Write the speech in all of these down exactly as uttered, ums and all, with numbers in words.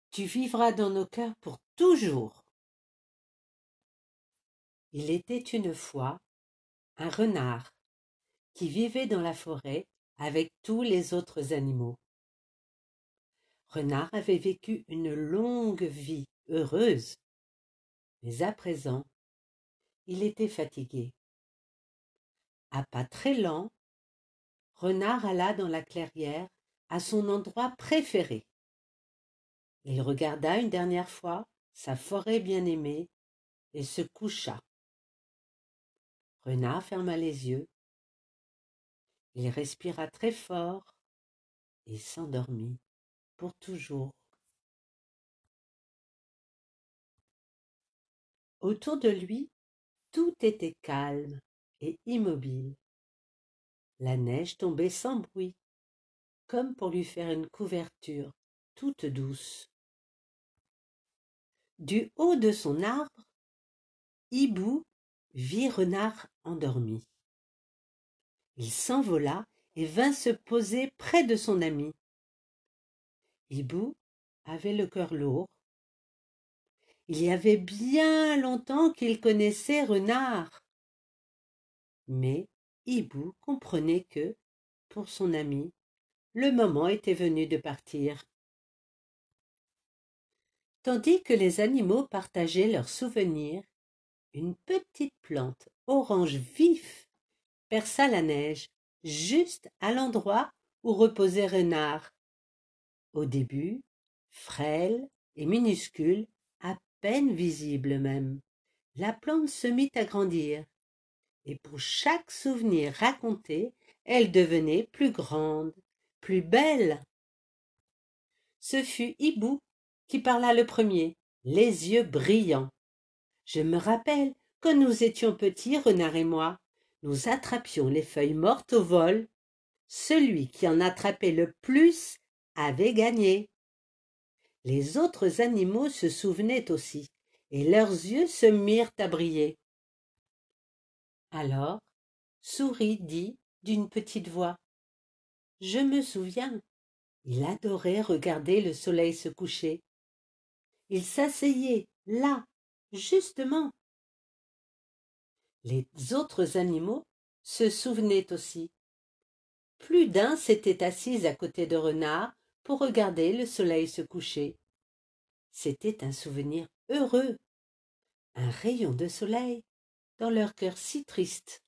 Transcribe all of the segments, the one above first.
Tu vivras dans nos cœurs pour toujours. Il était une fois un renard qui vivait dans la forêt avec tous les autres animaux. Renard avait vécu une longue vie heureuse, mais à présent, il était fatigué. À pas très lents, Renard alla dans la clairière, à son endroit préféré. Il regarda une dernière fois sa forêt bien-aimée et se coucha. Renard ferma les yeux, il respira très fort et s'endormit pour toujours. Autour de lui, tout était calme et immobile. La neige tombait sans bruit, comme pour lui faire une couverture toute douce. Du haut de son arbre, Hibou vit Renard endormi. Il s'envola et vint se poser près de son ami. Hibou avait le cœur lourd. Il y avait bien longtemps qu'il connaissait Renard. Mais Hibou comprenait que, pour son ami, le moment était venu de partir. Tandis que les animaux partageaient leurs souvenirs, une petite plante orange vif perça la neige juste à l'endroit où reposait Renard. Au début, frêle et minuscule, à peine visible même, la plante se mit à grandir, et pour chaque souvenir raconté, elle devenait plus grande, plus belle. Ce fut Hibou qui parla le premier, les yeux brillants. Je me rappelle, quand nous étions petits, Renard et moi, nous attrapions les feuilles mortes au vol. Celui qui en attrapait le plus avait gagné. Les autres animaux se souvenaient aussi, et leurs yeux se mirent à briller. Alors, Souris dit d'une petite voix, « Je me souviens, il adorait regarder le soleil se coucher. Il s'asseyait là, justement. » Les autres animaux se souvenaient aussi. Plus d'un s'était assis à côté de Renard pour regarder le soleil se coucher. C'était un souvenir heureux, un rayon de soleil dans leur cœur si triste.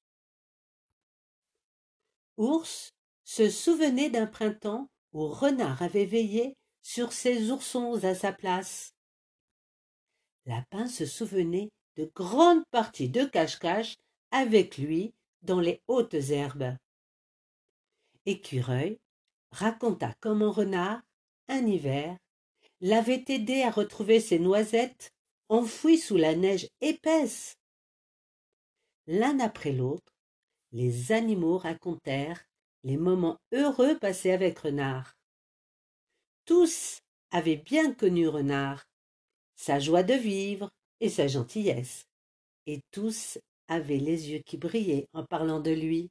Ours se souvenait d'un printemps où Renard avait veillé sur ses oursons à sa place. Lapin se souvenait de grandes parties de cache-cache avec lui dans les hautes herbes. Écureuil raconta comment Renard, un hiver, l'avait aidé à retrouver ses noisettes enfouies sous la neige épaisse. L'un après l'autre, les animaux racontèrent les moments heureux passés avec Renard. Tous avaient bien connu Renard, sa joie de vivre et sa gentillesse, et tous avaient les yeux qui brillaient en parlant de lui.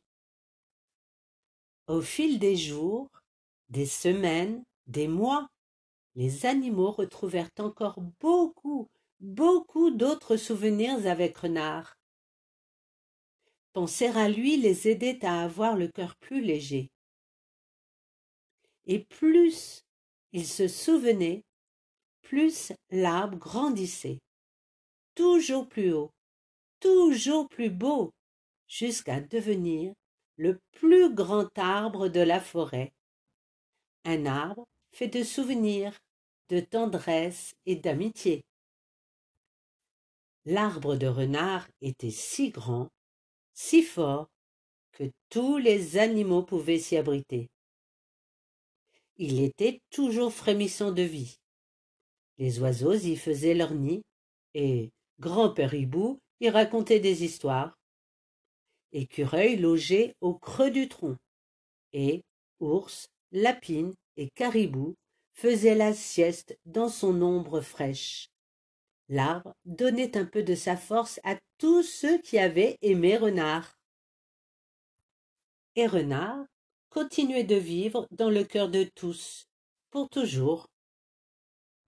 Au fil des jours, des semaines, des mois, les animaux retrouvèrent encore beaucoup, beaucoup d'autres souvenirs avec Renard. Penser à lui les aidait à avoir le cœur plus léger. Et plus ils se souvenaient, plus l'arbre grandissait, toujours plus haut, toujours plus beau, jusqu'à devenir le plus grand arbre de la forêt. Un arbre fait de souvenirs, de tendresse et d'amitié. L'arbre de Renard était si grand, si fort, que tous les animaux pouvaient s'y abriter. Il était toujours frémissant de vie. Les oiseaux y faisaient leur nid, et grand-père Hibou y racontait des histoires. Écureuil logeait au creux du tronc, et ours, lapine et caribou faisaient la sieste dans son ombre fraîche. L'arbre donnait un peu de sa force à tous ceux qui avaient aimé Renard. Et Renard continuait de vivre dans le cœur de tous, pour toujours.